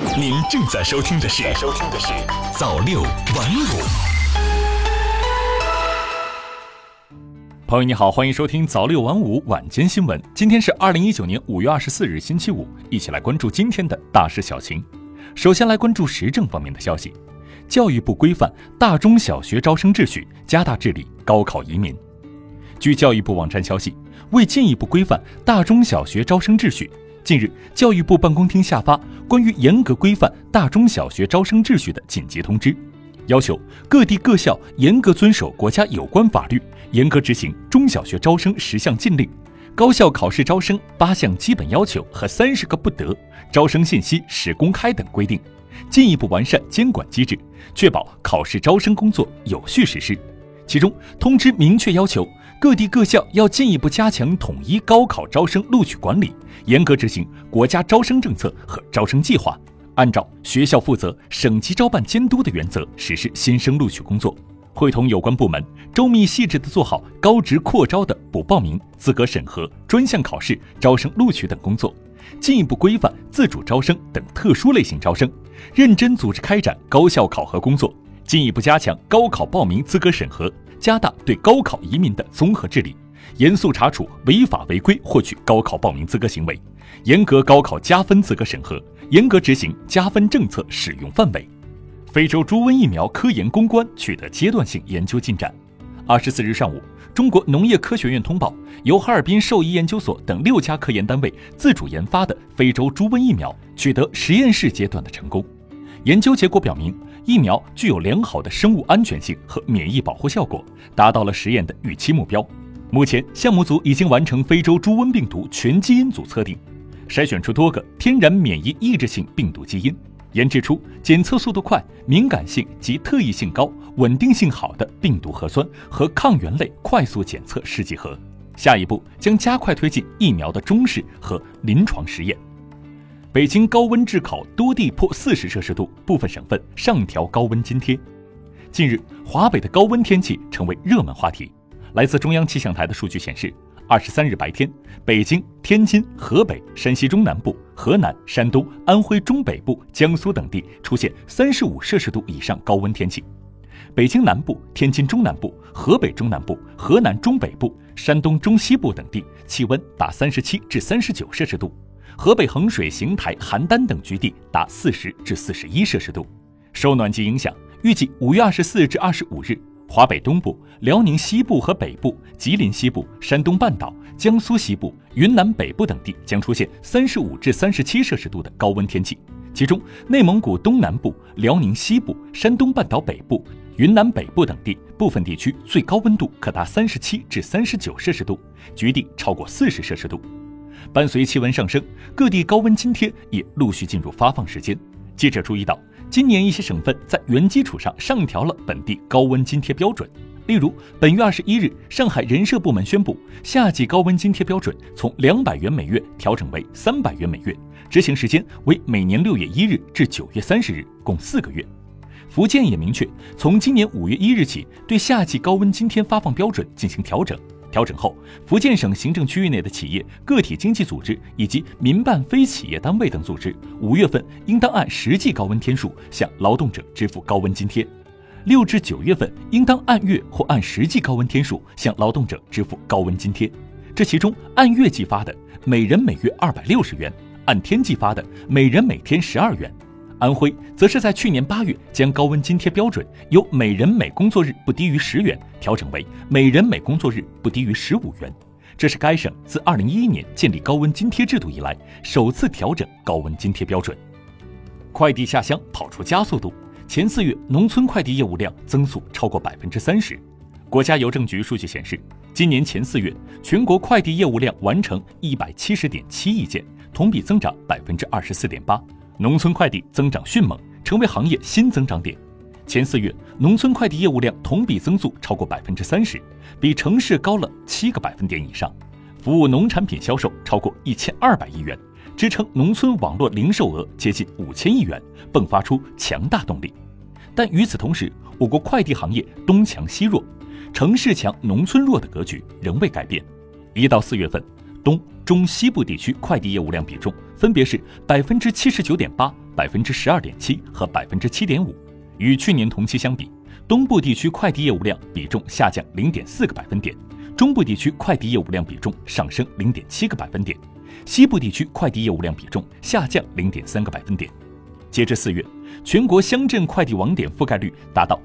您正在收听的是早六晚五。朋友你好，欢迎收听早六晚五晚间新闻。今天是2019年5月24日星期五，一起来关注今天的大事小情。首先来关注时政方面的消息。教育部规范大中小学招生秩序，加大治理高考移民。据教育部网站消息，为进一步规范大中小学招生秩序，近日教育部办公厅下发关于严格规范大中小学招生秩序的紧急通知，要求各地各校严格遵守国家有关法律，严格执行中小学招生10项禁令、高校考试招生8项基本要求和30个不得、招生信息实公开等规定，进一步完善监管机制，确保考试招生工作有序实施。其中，通知明确要求各地各校要进一步加强统一高考招生录取管理，严格执行国家招生政策和招生计划，按照学校负责、省级招办监督的原则实施新生录取工作，会同有关部门周密细致地做好高职扩招的补报名、资格审核、专项考试、招生录取等工作，进一步规范自主招生等特殊类型招生，认真组织开展高校考核工作，进一步加强高考报名资格审核，加大对高考移民的综合治理，严肃查处违法违规获取高考报名资格行为，严格高考加分资格审核，严格执行加分政策使用范围。非洲猪瘟疫苗科研攻关取得阶段性研究进展。24日上午，中国农业科学院通报，由哈尔滨兽医研究所等6家科研单位自主研发的非洲猪瘟疫苗取得实验室阶段的成功。研究结果表明，疫苗具有良好的生物安全性和免疫保护效果，达到了实验的预期目标。目前，项目组已经完成非洲猪瘟病毒全基因组测定，筛选出多个天然免疫抑制性病毒基因，研制出检测速度快、敏感性及特异性高、稳定性好的病毒核酸和抗原类快速检测试剂盒。下一步将加快推进疫苗的中试和临床实验。北京高温炙烤，多地破40摄氏度，部分省份上调高温津贴。近日，华北的高温天气成为热门话题。来自中央气象台的数据显示，23日白天，北京、天津、河北、山西中南部、河南、山东、安徽中北部、江苏等地出现35摄氏度以上高温天气。北京南部、天津中南部、河北中南部、河南中北部、山东中西部等地气温达37至39摄氏度。河北衡水、邢台、邯郸等局地达40至41摄氏度。受暖季影响，预计5月24至25日，华北东部、辽宁西部和北部、吉林西部、山东半岛、江苏西部、云南北部等地将出现35至37摄氏度的高温天气，其中内蒙古东南部、辽宁西部、山东半岛北部、云南北部等地部分地区最高温度可达37至39摄氏度，局地超过40摄氏度。伴随气温上升，各地高温津贴也陆续进入发放时间。记者注意到，今年一些省份在原基础上上调了本地高温津贴标准。例如，本月21日，上海人社部门宣布，夏季高温津贴标准从200元每月调整为300元每月，执行时间为每年6月1日至9月30日，共4个月。福建也明确，从今年5月1日起，对夏季高温津贴发放标准进行调整。调整后，福建省行政区域内的企业、个体经济组织以及民办非企业单位等组织，5月份应当按实际高温天数向劳动者支付高温津贴；6至9月份应当按月或按实际高温天数向劳动者支付高温津贴。这其中，按月计发的每人每月260元，按天计发的每人每天12元。安徽则是在去年8月将高温津贴标准由每人每工作日不低于10元调整为每人每工作日不低于15元，这是该省自2011年建立高温津贴制度以来首次调整高温津贴标准。快递下乡跑出加速度，前4月农村快递业务量增速超过30%。国家邮政局数据显示，今年前4月全国快递业务量完成170.7亿件，同比增长24.8%。农村快递增长迅猛，成为行业新增长点。前4月，农村快递业务量同比增速超过30%，比城市高了7个百分点以上。服务农产品销售超过1200亿元，支撑农村网络零售额接近5000亿元，迸发出强大动力。但与此同时，我国快递行业东强西弱，城市强农村弱的格局仍未改变。1到4月份，东中西部地区快递业务量比重分别是79.8%、 12.7%和7.5%。与去年同期相比，东部地区快递业务量比重下降0.4个百分点，中部地区快递业务量比重上升0.7个百分点，西部地区快递业务量比重下降0.3个百分点。截至4月，全国乡镇快递网点覆盖率达到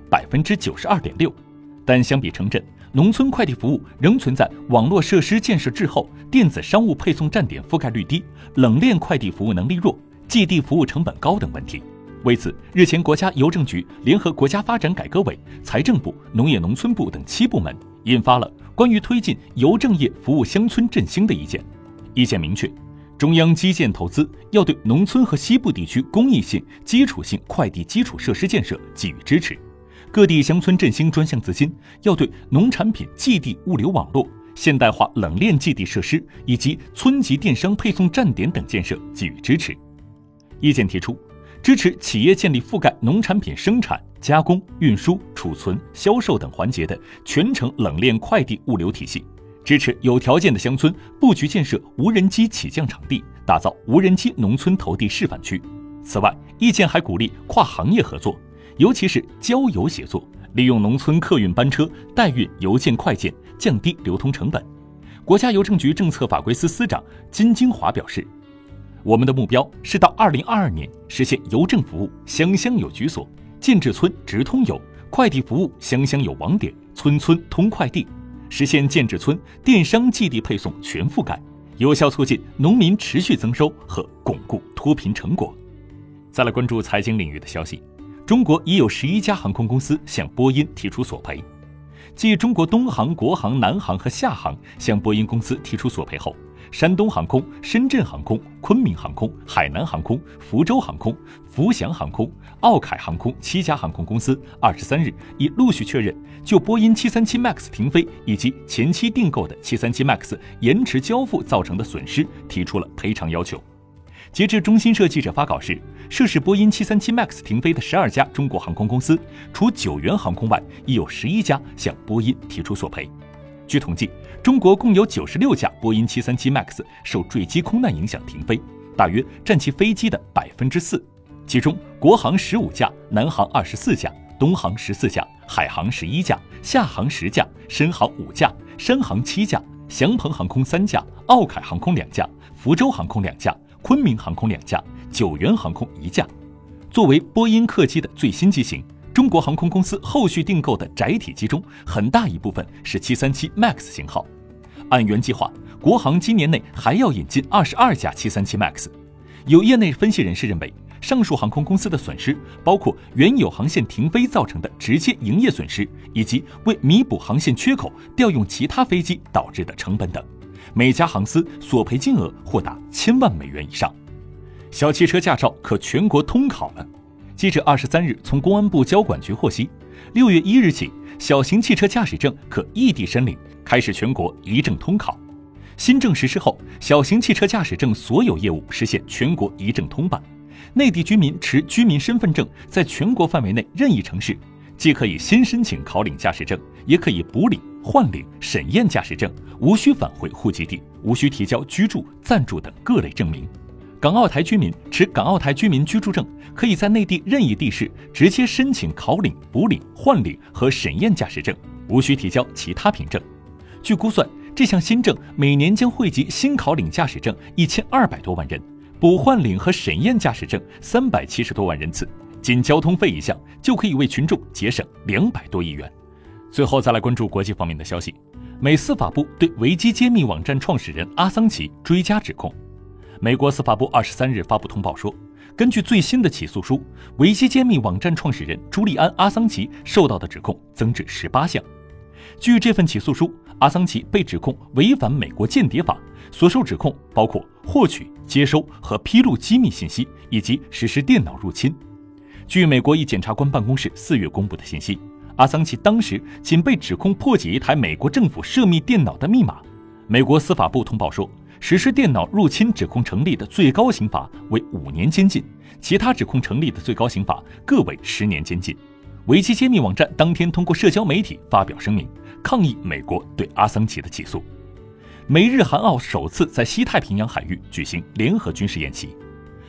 92.6%，但相比城镇，农村快递服务仍存在网络设施建设滞后、电子商务配送站点覆盖率低、冷链快递服务能力弱、寄递服务成本高等问题。为此，日前国家邮政局联合国家发展改革委、财政部、农业农村部等7部门印发了关于推进邮政业服务乡村振兴的意见。意见明确，中央基建投资要对农村和西部地区公益性、基础性快递基础设施建设给予支持，各地乡村振兴专项资金要对农产品寄递物流网络、现代化冷链寄递设施以及村级电商配送站点等建设给予支持。意见提出，支持企业建立覆盖农产品生产、加工、运输、储存、销售等环节的全程冷链快递物流体系，支持有条件的乡村布局建设无人机起降场地，打造无人机农村投递示范区。此外，意见还鼓励跨行业合作，尤其是交邮协作，利用农村客运班车代运邮件快件，降低流通成本。国家邮政局政策法规司司长金京华表示，我们的目标是到2022年实现邮政服务乡乡有局所，建制村直通邮，快递服务乡乡有网点，村村通快递，实现建制村电商寄递配送全覆盖，有效促进农民持续增收和巩固脱贫成果。再来关注财经领域的消息，中国已有11家航空公司向波音提出索赔。继中国东航、国航、南航和厦航向波音公司提出索赔后，山东航空、深圳航空、昆明航空、海南航空、福州航空、福祥航空、奥凯航空7家航空公司23日已陆续确认就波音737 MAX 停飞以及前期订购的737 MAX 延迟交付造成的损失提出了赔偿要求。截至中新社记者发稿时，涉事波音737 MAX 停飞的12家中国航空公司，除九元航空外，已有11家向波音提出索赔。据统计，中国共有96架波音737 MAX 受坠机空难影响停飞，大约占其飞机的4%。其中，国航15架，南航24架，东航14架，海航11架，厦航10架，深航5架，山航7架，祥鹏航空3架，奥凯航空2架，福州航空2架，昆明航空2架，九元航空1架。作为波音客机的最新机型，中国航空公司后续订购的载体机中，很大一部分是737 MAX 型号。按原计划，国航今年内还要引进22架737 MAX。有业内分析人士认为，上述航空公司的损失包括原有航线停飞造成的直接营业损失，以及为弥补航线缺口调用其他飞机导致的成本等。每家航司索赔金额或达1000万美元以上。小汽车驾照可全国通考了。记者23日从公安部交管局获悉，6月1日起，小型汽车驾驶证可异地申领，开始全国一证通考。新政实施后，小型汽车驾驶证所有业务实现全国一证通办。内地居民持居民身份证在全国范围内任意城市，既可以先申请考领驾驶证，也可以补领、换领、审验驾驶证，无需返回户籍地，无需提交居住、暂住等各类证明。港澳台居民持港澳台居民居住证，可以在内地任意地市直接申请考领、补领、换领和审验驾驶证，无需提交其他凭证。据估算，这项新政每年将惠及新考领驾驶证1200多万人，补换领和审验驾驶证370多万人次，仅交通费一项就可以为群众节省200多亿元。最后再来关注国际方面的消息，美司法部对维基揭秘网站创始人阿桑奇追加指控。美国司法部23日发布通报说，根据最新的起诉书，维基揭秘网站创始人朱利安·阿桑奇受到的指控增至18项。据这份起诉书，阿桑奇被指控违反美国间谍法，所受指控包括获取、接收和披露机密信息，以及实施电脑入侵。据美国一检察官办公室4月公布的信息，阿桑奇当时仅被指控破解一台美国政府涉密电脑的密码。美国司法部通报说，实施电脑入侵指控成立的最高刑罚为5年监禁，其他指控成立的最高刑罚各为10年监禁。维基揭秘网站当天通过社交媒体发表声明，抗议美国对阿桑奇的起诉。美日韩澳首次在西太平洋海域举行联合军事演习。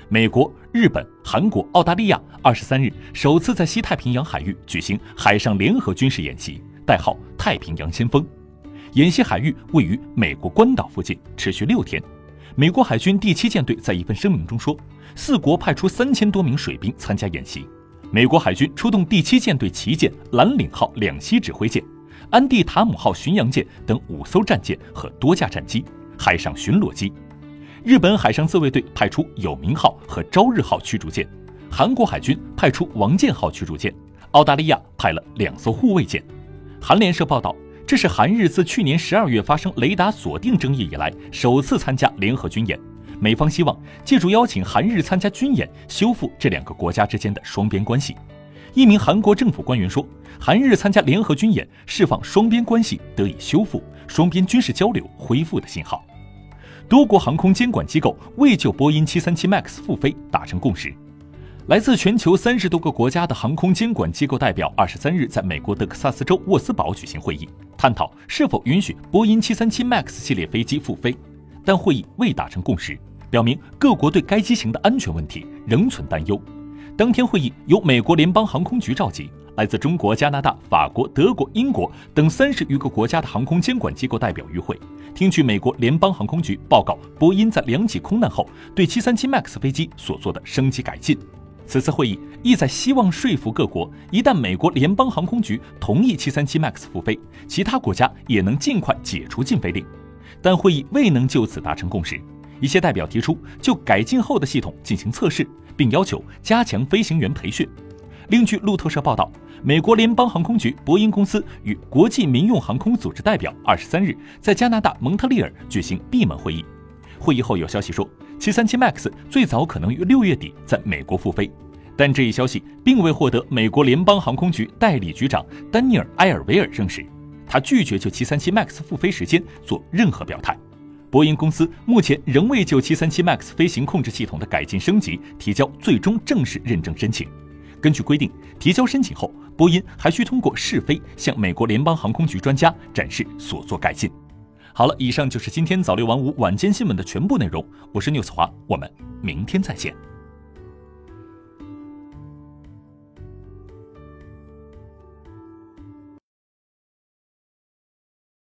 美国、日本、韩国、澳大利亚23日首次在西太平洋海域举行海上联合军事演习，代号太平洋先锋。演习海域位于美国关岛附近，持续6天。美国海军第7舰队在一份声明中说，4国派出3000多名水兵参加演习。美国海军出动第7舰队旗舰蓝岭号2栖指挥舰、安蒂塔姆号巡洋舰等5艘战舰和多架战机、海上巡逻机。日本海上自卫队派出有明号和朝日号驱逐舰，韩国海军派出王建号驱逐舰，澳大利亚派了2艘护卫舰。韩联社报道，这是韩日自去年12月发生雷达锁定争议以来首次参加联合军演。美方希望借助邀请韩日参加军演，修复这2个国家之间的双边关系。一名韩国政府官员说，韩日参加联合军演，释放双边关系得以修复、双边军事交流恢复的信号。多国航空监管机构为就波音737 MAX 复飞达成共识。来自全球30多个国家的航空监管机构代表23日在美国德克萨斯州沃斯堡举行会议，探讨是否允许波音737 MAX 系列飞机复飞，但会议未达成共识，表明各国对该机型的安全问题仍存担忧。当天会议由美国联邦航空局召集，来自中国、加拿大、法国、德国、英国等30余个国家的航空监管机构代表与会，听取美国联邦航空局报告波音在2起空难后对737 MAX 飞机所做的升级改进。此次会议意在希望说服各国，一旦美国联邦航空局同意737 MAX 复飞，其他国家也能尽快解除禁飞令。但会议未能就此达成共识，一些代表提出就改进后的系统进行测试，并要求加强飞行员培训。另据路透社报道，美国联邦航空局波音公司与国际民用航空组织代表23日在加拿大蒙特利尔举行闭门会议。会议后有消息说，737 MAX 最早可能于6月底在美国复飞，但这一消息并未获得美国联邦航空局代理局长丹尼尔·埃尔维尔证实，他拒绝就737 MAX 复飞时间做任何表态。波音公司目前仍未就737 MAX 飞行控制系统的改进升级提交最终正式认证申请。根据规定，提交申请后，波音还需通过试飞向美国联邦航空局专家展示所做改进。好了，以上就是今天早6晚5晚间新闻的全部内容，我是 News 华，我们明天再见。